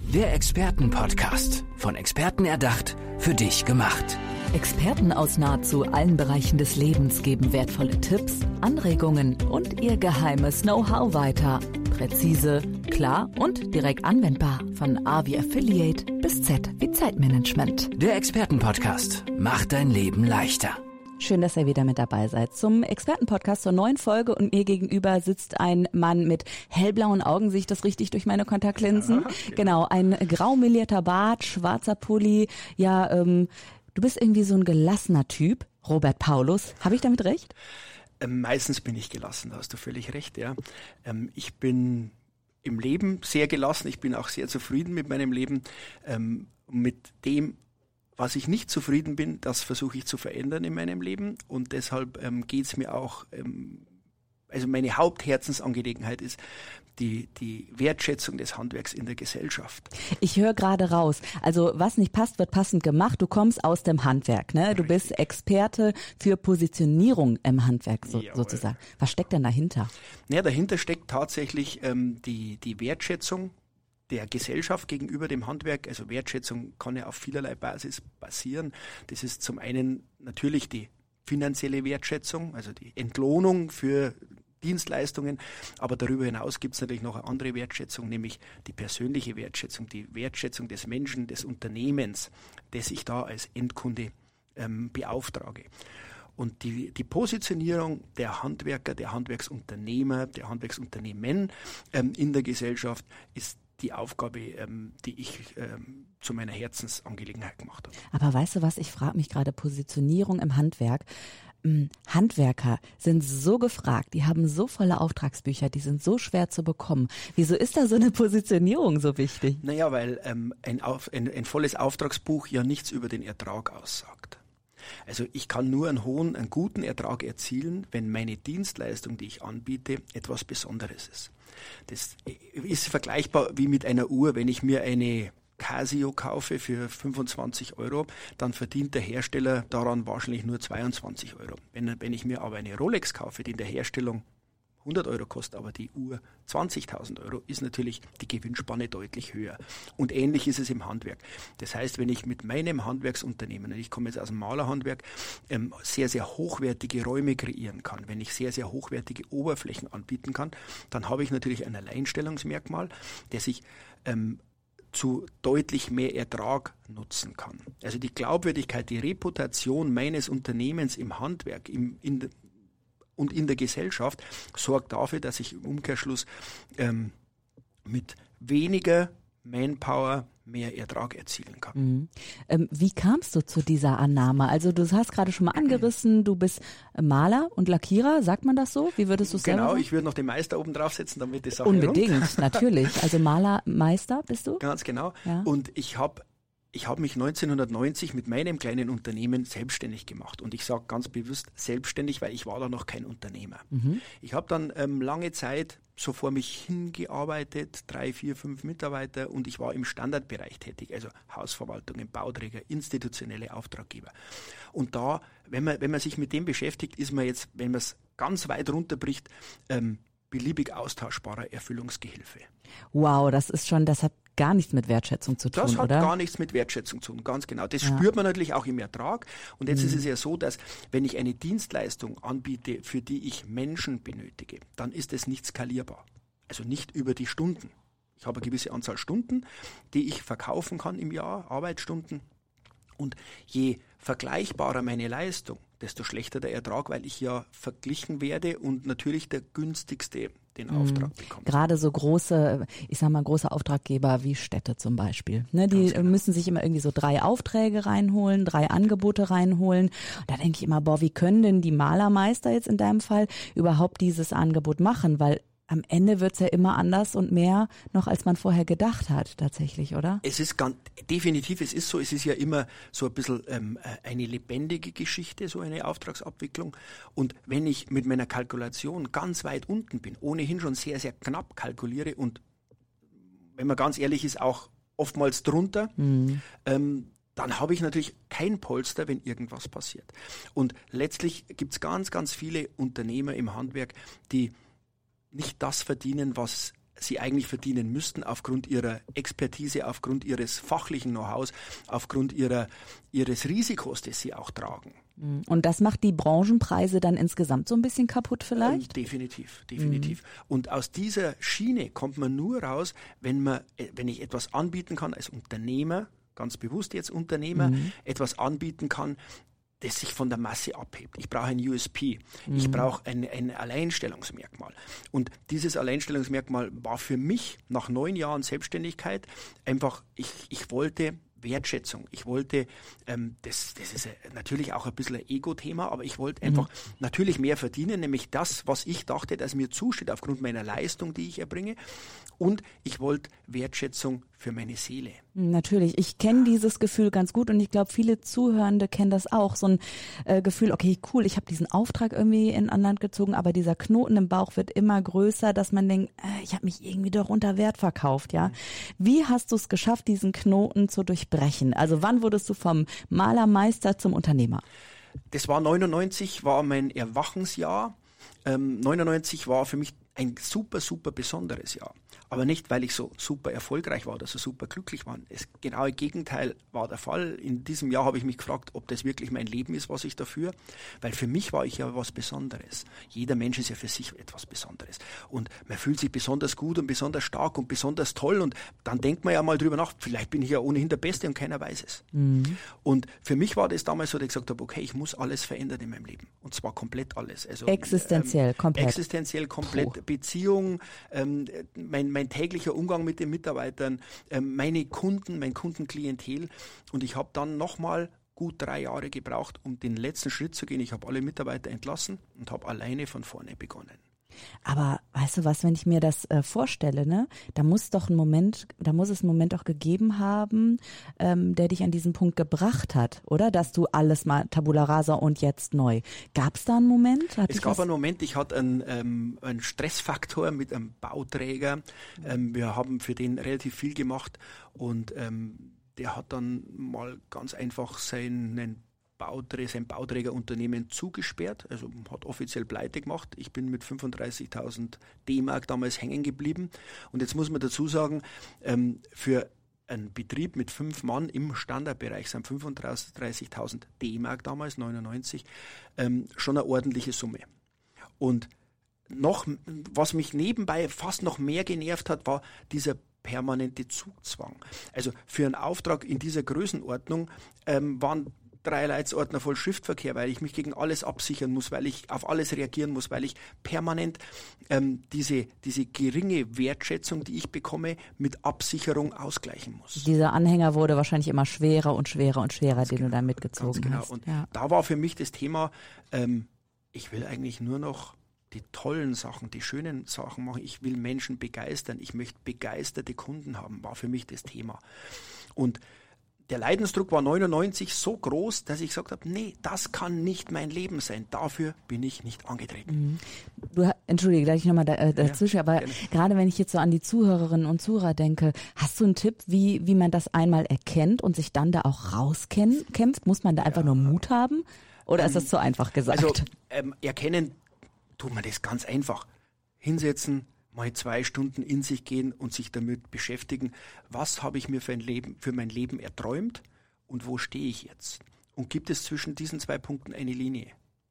Der Expertenpodcast. Von Experten erdacht, für dich gemacht. Experten aus nahezu allen Bereichen des Lebens geben wertvolle Tipps, Anregungen und ihr geheimes Know-how weiter. Präzise, klar und direkt anwendbar. Von A wie Affiliate bis Z wie Zeitmanagement. Der Expertenpodcast macht dein Leben leichter. Schön, dass ihr wieder mit dabei seid zum Expertenpodcast zur neuen Folge und mir gegenüber sitzt ein Mann mit hellblauen Augen, sehe ich das richtig durch meine Kontaktlinsen? Ja, genau, ein graumelierter Bart, schwarzer Pulli, du bist irgendwie so ein gelassener Typ, Robert Paulus, habe ich damit recht? Meistens bin ich gelassen, da hast du völlig recht, ja. Ich bin im Leben sehr gelassen, ich bin auch sehr zufrieden mit meinem Leben, mit dem, was ich nicht zufrieden bin, das versuche ich zu verändern in meinem Leben und deshalb geht es mir auch, also meine Hauptherzensangelegenheit ist die Wertschätzung des Handwerks in der Gesellschaft. Ich höre gerade raus, also was nicht passt, wird passend gemacht. Du kommst aus dem Handwerk, ne? Du bist Experte für Positionierung im Handwerk sozusagen. Was steckt denn dahinter? Ja, dahinter steckt tatsächlich die Wertschätzung der Gesellschaft gegenüber dem Handwerk. Also Wertschätzung kann ja auf vielerlei Basis basieren. Das ist zum einen natürlich die finanzielle Wertschätzung, also die Entlohnung für Dienstleistungen, aber darüber hinaus gibt es natürlich noch eine andere Wertschätzung, nämlich die persönliche Wertschätzung, die Wertschätzung des Menschen, des Unternehmens, das ich da als Endkunde beauftrage. Und die Positionierung der Handwerker, der Handwerksunternehmer, der Handwerksunternehmen in der Gesellschaft ist die Aufgabe, die ich zu meiner Herzensangelegenheit gemacht habe. Aber weißt du was, ich frage mich gerade, Positionierung im Handwerk. Handwerker sind so gefragt, die haben so volle Auftragsbücher, die sind so schwer zu bekommen. Wieso ist da so eine Positionierung so wichtig? Naja, weil ein volles Auftragsbuch ja nichts über den Ertrag aussagt. Also ich kann nur einen guten Ertrag erzielen, wenn meine Dienstleistung, die ich anbiete, etwas Besonderes ist. Das ist vergleichbar wie mit einer Uhr. Wenn ich mir eine Casio kaufe für 25 €, dann verdient der Hersteller daran wahrscheinlich nur 22 €. Wenn ich mir aber eine Rolex kaufe, die in der Herstellung 100 € kostet, aber die Uhr 20.000 €, ist natürlich die Gewinnspanne deutlich höher. Und ähnlich ist es im Handwerk. Das heißt, wenn ich mit meinem Handwerksunternehmen, und ich komme jetzt aus dem Malerhandwerk, sehr, sehr hochwertige Räume kreieren kann, wenn ich sehr, sehr hochwertige Oberflächen anbieten kann, dann habe ich natürlich ein Alleinstellungsmerkmal, das ich zu deutlich mehr Ertrag nutzen kann. Also die Glaubwürdigkeit, die Reputation meines Unternehmens im Handwerk, und in der Gesellschaft sorgt dafür, dass ich im Umkehrschluss mit weniger Manpower mehr Ertrag erzielen kann. Wie kamst du zu dieser Annahme? Also du hast gerade schon mal angerissen, du bist Maler und Lackierer, sagt man das so? Wie würdest du es selber sagen? Genau, ich würde noch den Meister oben draufsetzen, damit die Sache Unbedingt, natürlich. Also Maler, Meister bist du? Ganz genau. Ja. Und ich habe mich 1990 mit meinem kleinen Unternehmen selbstständig gemacht. Und ich sage ganz bewusst selbstständig, weil ich war da noch kein Unternehmer. Ich habe dann lange Zeit so vor mich hingearbeitet, 3, 4, 5 Mitarbeiter, und ich war im Standardbereich tätig, also Hausverwaltungen, Bauträger, institutionelle Auftraggeber. Und da, wenn man sich mit dem beschäftigt, ist man jetzt, wenn man es ganz weit runterbricht, beliebig austauschbarer Erfüllungsgehilfe. Wow, das hat gar nichts mit Wertschätzung zu tun, oder? Das hat gar nichts mit Wertschätzung zu tun, ganz genau. Das spürt man natürlich auch im Ertrag. Und jetzt ist es ja so, dass wenn ich eine Dienstleistung anbiete, für die ich Menschen benötige, dann ist es nicht skalierbar. Also nicht über die Stunden. Ich habe eine gewisse Anzahl Stunden, die ich verkaufen kann im Jahr, Arbeitsstunden. Und je vergleichbarer meine Leistung, desto schlechter der Ertrag, weil ich ja verglichen werde und natürlich der günstigste den Auftrag bekommt. Gerade so große Auftraggeber wie Städte zum Beispiel. Ne, die müssen sich immer irgendwie so 3 Aufträge reinholen, 3 Angebote reinholen. Und da denke ich immer, wie können denn die Malermeister jetzt in deinem Fall überhaupt dieses Angebot machen? Weil am Ende wird's ja immer anders und mehr noch, als man vorher gedacht hat, tatsächlich, oder? Es ist definitiv, es ist so, es ist ja immer so ein bisschen eine lebendige Geschichte, so eine Auftragsabwicklung. Und wenn ich mit meiner Kalkulation ganz weit unten bin, ohnehin schon sehr, sehr knapp kalkuliere und, wenn man ganz ehrlich ist, auch oftmals drunter, dann habe ich natürlich kein Polster, wenn irgendwas passiert. Und letztlich gibt's ganz, ganz viele Unternehmer im Handwerk, die nicht das verdienen, was sie eigentlich verdienen müssten aufgrund ihrer Expertise, aufgrund ihres fachlichen Know-hows, aufgrund ihres Risikos, das sie auch tragen. Und das macht die Branchenpreise dann insgesamt so ein bisschen kaputt vielleicht? Definitiv. Und aus dieser Schiene kommt man nur raus, wenn ich etwas anbieten kann als Unternehmer, ganz bewusst jetzt Unternehmer, etwas anbieten kann, das sich von der Masse abhebt. Ich brauche ein USP. Ich brauche ein Alleinstellungsmerkmal. Und dieses Alleinstellungsmerkmal war für mich nach 9 Jahren Selbstständigkeit einfach, ich wollte Wertschätzung. Ich wollte, das ist natürlich auch ein bisschen ein Ego-Thema, aber ich wollte einfach natürlich mehr verdienen, nämlich das, was ich dachte, dass mir zusteht aufgrund meiner Leistung, die ich erbringe. Und ich wollte Wertschätzung für meine Seele. Natürlich, ich kenne dieses Gefühl ganz gut und ich glaube, viele Zuhörende kennen das auch. So ein Gefühl, okay, cool, ich habe diesen Auftrag irgendwie in an Land gezogen, aber dieser Knoten im Bauch wird immer größer, dass man denkt, ich habe mich irgendwie doch unter Wert verkauft, ja. Wie hast du es geschafft, diesen Knoten zu durchbrechen? Also wann wurdest du vom Malermeister zum Unternehmer? Das war 99, war mein Erwachensjahr. 99 war für mich ein super, super besonderes Jahr. Aber nicht, weil ich so super erfolgreich war oder so super glücklich war. Das genaue Gegenteil war der Fall. In diesem Jahr habe ich mich gefragt, ob das wirklich mein Leben ist, was ich dafür. Weil für mich war ich ja was Besonderes. Jeder Mensch ist ja für sich etwas Besonderes. Und man fühlt sich besonders gut und besonders stark und besonders toll. Und dann denkt man ja mal drüber nach, vielleicht bin ich ja ohnehin der Beste und keiner weiß es. Und für mich war das damals so, dass ich gesagt habe, okay, ich muss alles verändern in meinem Leben. Und zwar komplett alles. Also, existenziell, komplett. Existenziell, komplett. Beziehung, mein täglicher Umgang mit den Mitarbeitern, meine Kunden, mein Kundenklientel. Und ich habe dann nochmal gut 3 Jahre gebraucht, um den letzten Schritt zu gehen. Ich habe alle Mitarbeiter entlassen und habe alleine von vorne begonnen. Aber weißt du was, wenn ich mir das vorstelle, ne, da muss es einen Moment auch gegeben haben, der dich an diesen Punkt gebracht hat, oder? Dass du alles mal Tabula rasa und jetzt neu. Gab es da einen Moment? Es gab einen Moment, ich hatte einen Stressfaktor mit einem Bauträger. Wir haben für den relativ viel gemacht und der hat dann mal ganz einfach sein Bauträgerunternehmen zugesperrt, also hat offiziell pleite gemacht. Ich bin mit 35.000 D-Mark damals hängen geblieben. Und jetzt muss man dazu sagen, für einen Betrieb mit 5 Mann im Standardbereich sind 35.000 D-Mark damals, 99, schon eine ordentliche Summe. Und noch, was mich nebenbei fast noch mehr genervt hat, war dieser permanente Zugzwang. Also für einen Auftrag in dieser Größenordnung waren 3 Leitsordner voll Schriftverkehr, weil ich mich gegen alles absichern muss, weil ich auf alles reagieren muss, weil ich permanent diese geringe Wertschätzung, die ich bekomme, mit Absicherung ausgleichen muss. Dieser Anhänger wurde wahrscheinlich immer schwerer und schwerer und schwerer, den du da mitgezogen hast. Und da war für mich das Thema, ich will eigentlich nur noch die tollen Sachen, die schönen Sachen machen. Ich will Menschen begeistern. Ich möchte begeisterte Kunden haben, war für mich das Thema. Und der Leidensdruck war 99 so groß, dass ich gesagt habe, nee, das kann nicht mein Leben sein. Dafür bin ich nicht angetreten. Entschuldige, gleich nochmal dazwischen, ja, aber gerne. Gerade wenn ich jetzt so an die Zuhörerinnen und Zuhörer denke, hast du einen Tipp, wie man das einmal erkennt und sich dann da auch rauskämpft? Muss man da einfach nur Mut haben? Oder ist das zu einfach gesagt? Also erkennen tut man das ganz einfach. Hinsetzen, mal 2 Stunden in sich gehen und sich damit beschäftigen, was habe ich mir für mein Leben erträumt und wo stehe ich jetzt? Und gibt es zwischen diesen 2 Punkten eine Linie?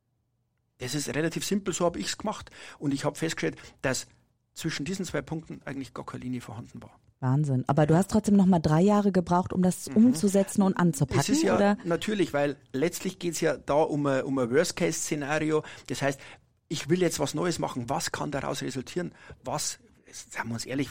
Das ist relativ simpel, so habe ich es gemacht. Und ich habe festgestellt, dass zwischen diesen 2 Punkten eigentlich gar keine Linie vorhanden war. Wahnsinn. Aber du hast trotzdem noch mal 3 Jahre gebraucht, um das umzusetzen und anzupacken, das ist ja oder? Natürlich, weil letztlich geht es ja da um ein Worst-Case-Szenario. Das heißt, ich will jetzt was Neues machen. Was kann daraus resultieren? Sagen wir uns ehrlich,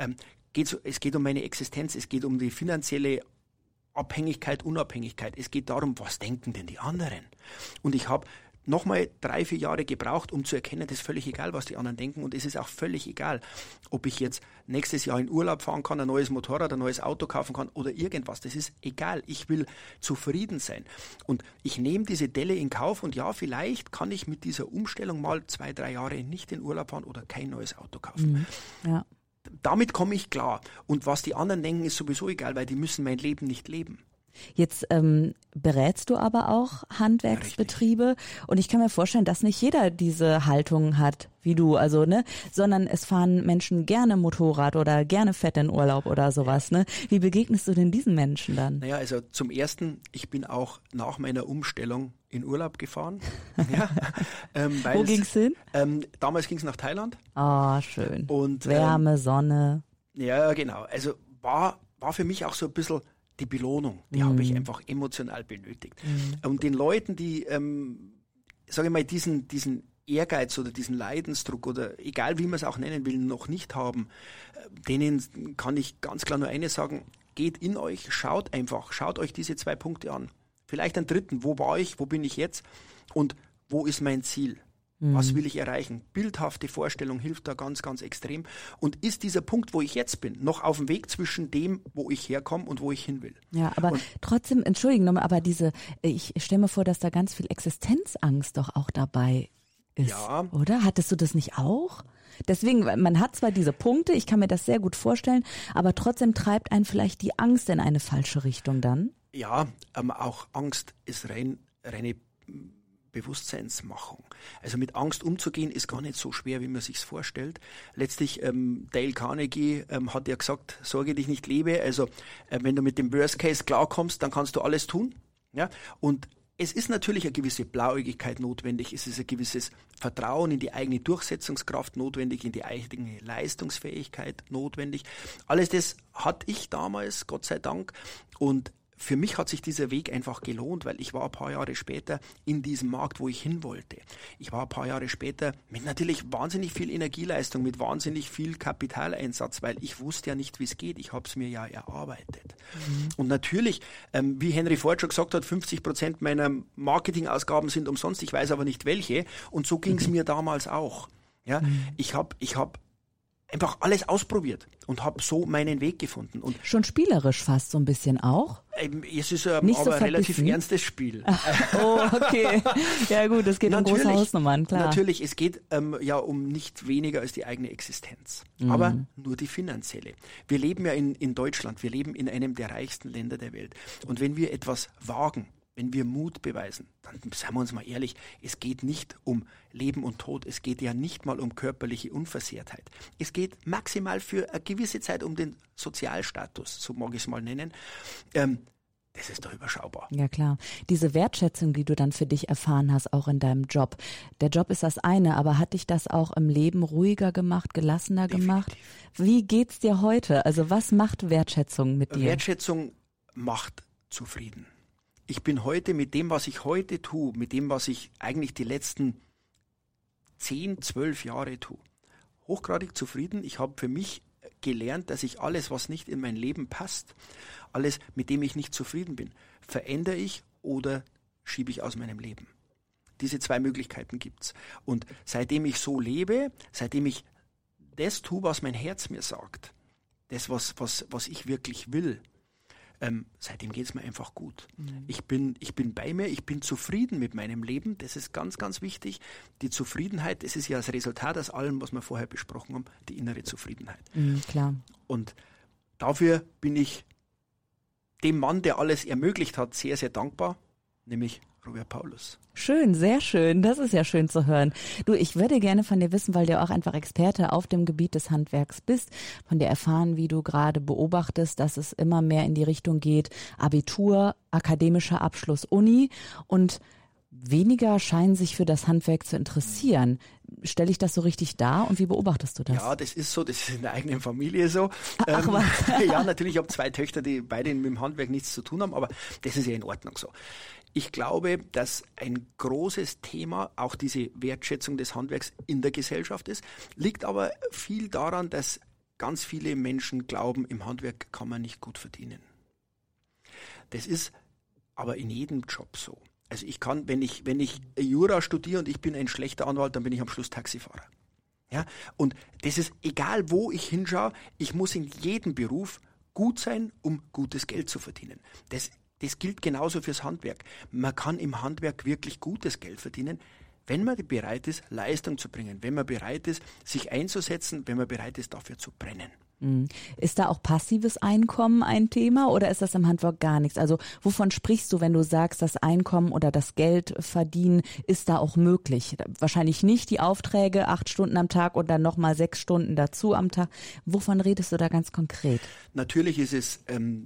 es geht um meine Existenz, es geht um die finanzielle Abhängigkeit, Unabhängigkeit. Es geht darum, was denken denn die anderen? Und ich habe nochmal 3, 4 Jahre gebraucht, um zu erkennen, das ist völlig egal, was die anderen denken. Und es ist auch völlig egal, ob ich jetzt nächstes Jahr in Urlaub fahren kann, ein neues Motorrad, ein neues Auto kaufen kann oder irgendwas. Das ist egal. Ich will zufrieden sein. Und ich nehme diese Delle in Kauf und ja, vielleicht kann ich mit dieser Umstellung mal 2, 3 Jahre nicht in Urlaub fahren oder kein neues Auto kaufen. Ja. Damit komme ich klar. Und was die anderen denken, ist sowieso egal, weil die müssen mein Leben nicht leben. Jetzt berätst du aber auch Handwerksbetriebe und ich kann mir vorstellen, dass nicht jeder diese Haltung hat wie du, also sondern es fahren Menschen gerne Motorrad oder gerne fett in Urlaub oder sowas. Ne? Wie begegnest du denn diesen Menschen dann? Naja, also zum Ersten, ich bin auch nach meiner Umstellung in Urlaub gefahren. Ja, Wo ging's hin? Damals ging es nach Thailand. Ah, schön. Und Wärme, Sonne. Ja, genau. Also war für mich auch so ein bisschen die Belohnung, die habe ich einfach emotional benötigt. Und den Leuten, die, sage ich mal, diesen Ehrgeiz oder diesen Leidensdruck oder egal wie man es auch nennen will, noch nicht haben, denen kann ich ganz klar nur eines sagen, geht in euch, schaut euch diese 2 Punkte an. Vielleicht einen dritten, wo war ich, wo bin ich jetzt und wo ist mein Ziel? Was will ich erreichen? Bildhafte Vorstellung hilft da ganz, ganz extrem. Und ist dieser Punkt, wo ich jetzt bin, noch auf dem Weg zwischen dem, wo ich herkomme und wo ich hin will? Ja, aber trotzdem, entschuldigen nochmal, aber ich stelle mir vor, dass da ganz viel Existenzangst doch auch dabei ist, oder? Hattest du das nicht auch? Deswegen, man hat zwar diese Punkte, ich kann mir das sehr gut vorstellen, aber trotzdem treibt einen vielleicht die Angst in eine falsche Richtung dann? Ja, auch Angst ist reine Bewusstseinsmachung. Also mit Angst umzugehen ist gar nicht so schwer, wie man sich's vorstellt. Letztlich, Dale Carnegie hat ja gesagt, sorge dich nicht, lebe. Also wenn du mit dem Worst Case klarkommst, dann kannst du alles tun. Ja, und es ist natürlich eine gewisse Blauäugigkeit notwendig, es ist ein gewisses Vertrauen in die eigene Durchsetzungskraft notwendig, in die eigene Leistungsfähigkeit notwendig. Alles das hatte ich damals, Gott sei Dank, und für mich hat sich dieser Weg einfach gelohnt, weil ich war ein paar Jahre später in diesem Markt, wo ich hin wollte. Ich war ein paar Jahre später mit natürlich wahnsinnig viel Energieleistung, mit wahnsinnig viel Kapitaleinsatz, weil ich wusste ja nicht, wie es geht. Ich habe es mir ja erarbeitet. Und natürlich, wie Henry Ford schon gesagt hat, 50% meiner Marketingausgaben sind umsonst, ich weiß aber nicht welche. Und so ging es mir damals auch. Ja, ich hab einfach alles ausprobiert und habe so meinen Weg gefunden. Und schon spielerisch fast so ein bisschen auch? Es ist aber so ein relativ ernstes Spiel. Oh, okay. Ja gut, es geht um große Hausnummern, klar. Natürlich, es geht um nicht weniger als die eigene Existenz, aber nur die finanzielle. Wir leben ja in Deutschland, wir leben in einem der reichsten Länder der Welt. Und wenn wir etwas wagen, wenn wir Mut beweisen, dann seien wir uns mal ehrlich, es geht nicht um Leben und Tod, es geht ja nicht mal um körperliche Unversehrtheit. Es geht maximal für eine gewisse Zeit um den Sozialstatus, so mag ich es mal nennen. Das ist doch überschaubar. Ja klar. Diese Wertschätzung, die du dann für dich erfahren hast, auch in deinem Job. Der Job ist das eine, aber hat dich das auch im Leben ruhiger gemacht, gelassener gemacht? Wie geht's dir heute? Also was macht Wertschätzung mit dir? Wertschätzung macht zufrieden. Ich bin heute mit dem, was ich heute tue, mit dem, was ich eigentlich die letzten 10, 12 Jahre tue, hochgradig zufrieden. Ich habe für mich gelernt, dass ich alles, was nicht in mein Leben passt, alles, mit dem ich nicht zufrieden bin, verändere ich oder schiebe ich aus meinem Leben. Diese 2 Möglichkeiten gibt's. Und seitdem ich so lebe, seitdem ich das tue, was mein Herz mir sagt, das, was ich wirklich will, seitdem geht's mir einfach gut. Ich bin bei mir, ich bin zufrieden mit meinem Leben, das ist ganz, ganz wichtig. Die Zufriedenheit, das ist ja das Resultat aus allem, was wir vorher besprochen haben, die innere Zufriedenheit. Klar. Und dafür bin ich dem Mann, der alles ermöglicht hat, sehr, sehr dankbar, nämlich Robert Paulus. Schön, sehr schön. Das ist ja schön zu hören. Du, ich würde gerne von dir wissen, weil du auch einfach Experte auf dem Gebiet des Handwerks bist, von dir erfahren, wie du gerade beobachtest, dass es immer mehr in die Richtung geht, Abitur, akademischer Abschluss, Uni und weniger scheinen sich für das Handwerk zu interessieren. Stelle ich das so richtig dar und wie beobachtest du das? Ja, das ist so, das ist in der eigenen Familie so. Ach was. Ja, natürlich, ich habe 2 Töchter, die beide mit dem Handwerk nichts zu tun haben, aber das ist ja in Ordnung so. Ich glaube, dass ein großes Thema auch diese Wertschätzung des Handwerks in der Gesellschaft ist, liegt aber viel daran, dass ganz viele Menschen glauben, im Handwerk kann man nicht gut verdienen. Das ist aber in jedem Job so. Also ich kann, wenn ich Jura studiere und ich bin ein schlechter Anwalt, dann bin ich am Schluss Taxifahrer. Ja, und das ist egal, wo ich hinschaue, ich muss in jedem Beruf gut sein, um gutes Geld zu verdienen. Das gilt genauso fürs Handwerk. Man kann im Handwerk wirklich gutes Geld verdienen, wenn man bereit ist, Leistung zu bringen, wenn man bereit ist, sich einzusetzen, wenn man bereit ist, dafür zu brennen. Ist da auch passives Einkommen ein Thema oder ist das im Handwerk gar nichts? Also wovon sprichst du, wenn du sagst, das Einkommen oder das Geld verdienen ist da auch möglich? Wahrscheinlich nicht die Aufträge 8 Stunden am Tag und dann nochmal 6 Stunden dazu am Tag. Wovon redest du da ganz konkret? Natürlich ist es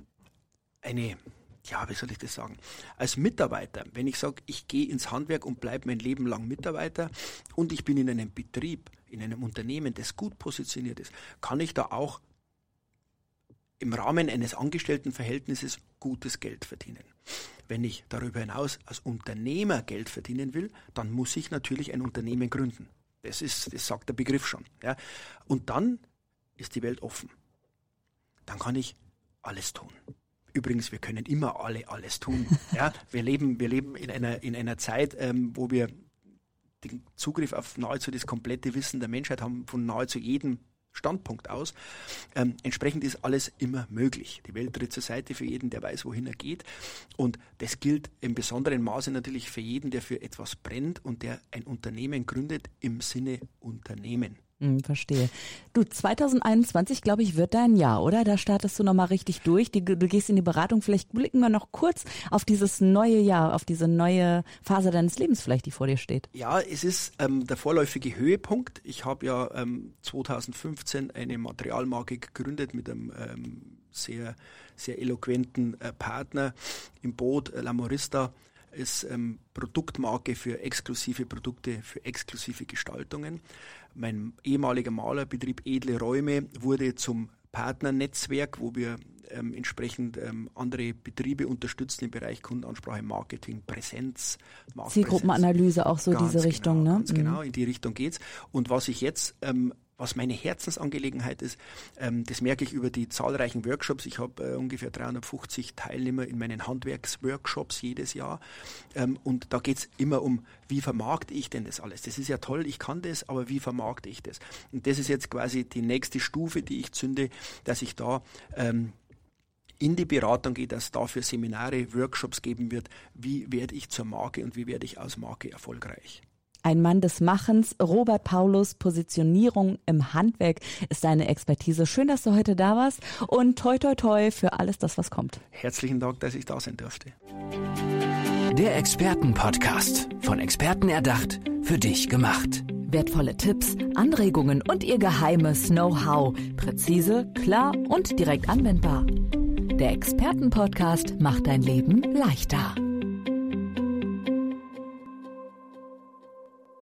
wie soll ich das sagen? Als Mitarbeiter, wenn ich sage, ich gehe ins Handwerk und bleibe mein Leben lang Mitarbeiter und ich bin in einem Betrieb, in einem Unternehmen, das gut positioniert ist, kann ich da auch im Rahmen eines Angestelltenverhältnisses gutes Geld verdienen. Wenn ich darüber hinaus als Unternehmer Geld verdienen will, dann muss ich natürlich ein Unternehmen gründen. Das sagt der Begriff schon. Ja. Und dann ist die Welt offen. Dann kann ich alles tun. Übrigens, wir können immer alles tun. Ja, wir leben in einer Zeit, wo wir den Zugriff auf nahezu das komplette Wissen der Menschheit haben, von nahezu jedem Standpunkt aus. Entsprechend ist alles immer möglich. Die Welt tritt zur Seite für jeden, der weiß, wohin er geht. Und das gilt im besonderen Maße natürlich für jeden, der für etwas brennt und der ein Unternehmen gründet im Sinne Unternehmen. Verstehe. Du, 2021, glaube ich, wird dein Jahr, oder? Da startest du nochmal richtig durch. Du gehst in die Beratung. Vielleicht blicken wir noch kurz auf dieses neue Jahr, auf diese neue Phase deines Lebens vielleicht, die vor dir steht. Ja, es ist der vorläufige Höhepunkt. Ich habe ja 2015 eine Materialmarke gegründet mit einem sehr, sehr eloquenten Partner im Boot, Lamorista. Ist Produktmarke für exklusive Produkte, für exklusive Gestaltungen. Mein ehemaliger Malerbetrieb Edle Räume wurde zum Partnernetzwerk, wo wir entsprechend andere Betriebe unterstützen im Bereich Kundenansprache, Marketing, Präsenz, Marktpräsenz. Zielgruppenanalyse, auch so diese Richtung, ne? Ganz genau, in die Richtung geht's. Und was ich jetzt was meine Herzensangelegenheit ist, das merke ich über die zahlreichen Workshops. Ich habe ungefähr 350 Teilnehmer in meinen Handwerksworkshops jedes Jahr. Und da geht es immer um, wie vermarkte ich denn das alles? Das ist ja toll, ich kann das, aber wie vermarkte ich das? Und das ist jetzt quasi die nächste Stufe, die ich zünde, dass ich da in die Beratung gehe, dass es dafür Seminare, Workshops geben wird. Wie werde ich zur Marke und wie werde ich als Marke erfolgreich? Ein Mann des Machens, Robert Paulus, Positionierung im Handwerk ist deine Expertise. Schön, dass du heute da warst und toi toi toi für alles das, was kommt. Herzlichen Dank, dass ich da sein durfte. Der Expertenpodcast, von Experten erdacht, für dich gemacht. Wertvolle Tipps, Anregungen und ihr geheimes Know-how. Präzise, klar und direkt anwendbar. Der Expertenpodcast macht dein Leben leichter.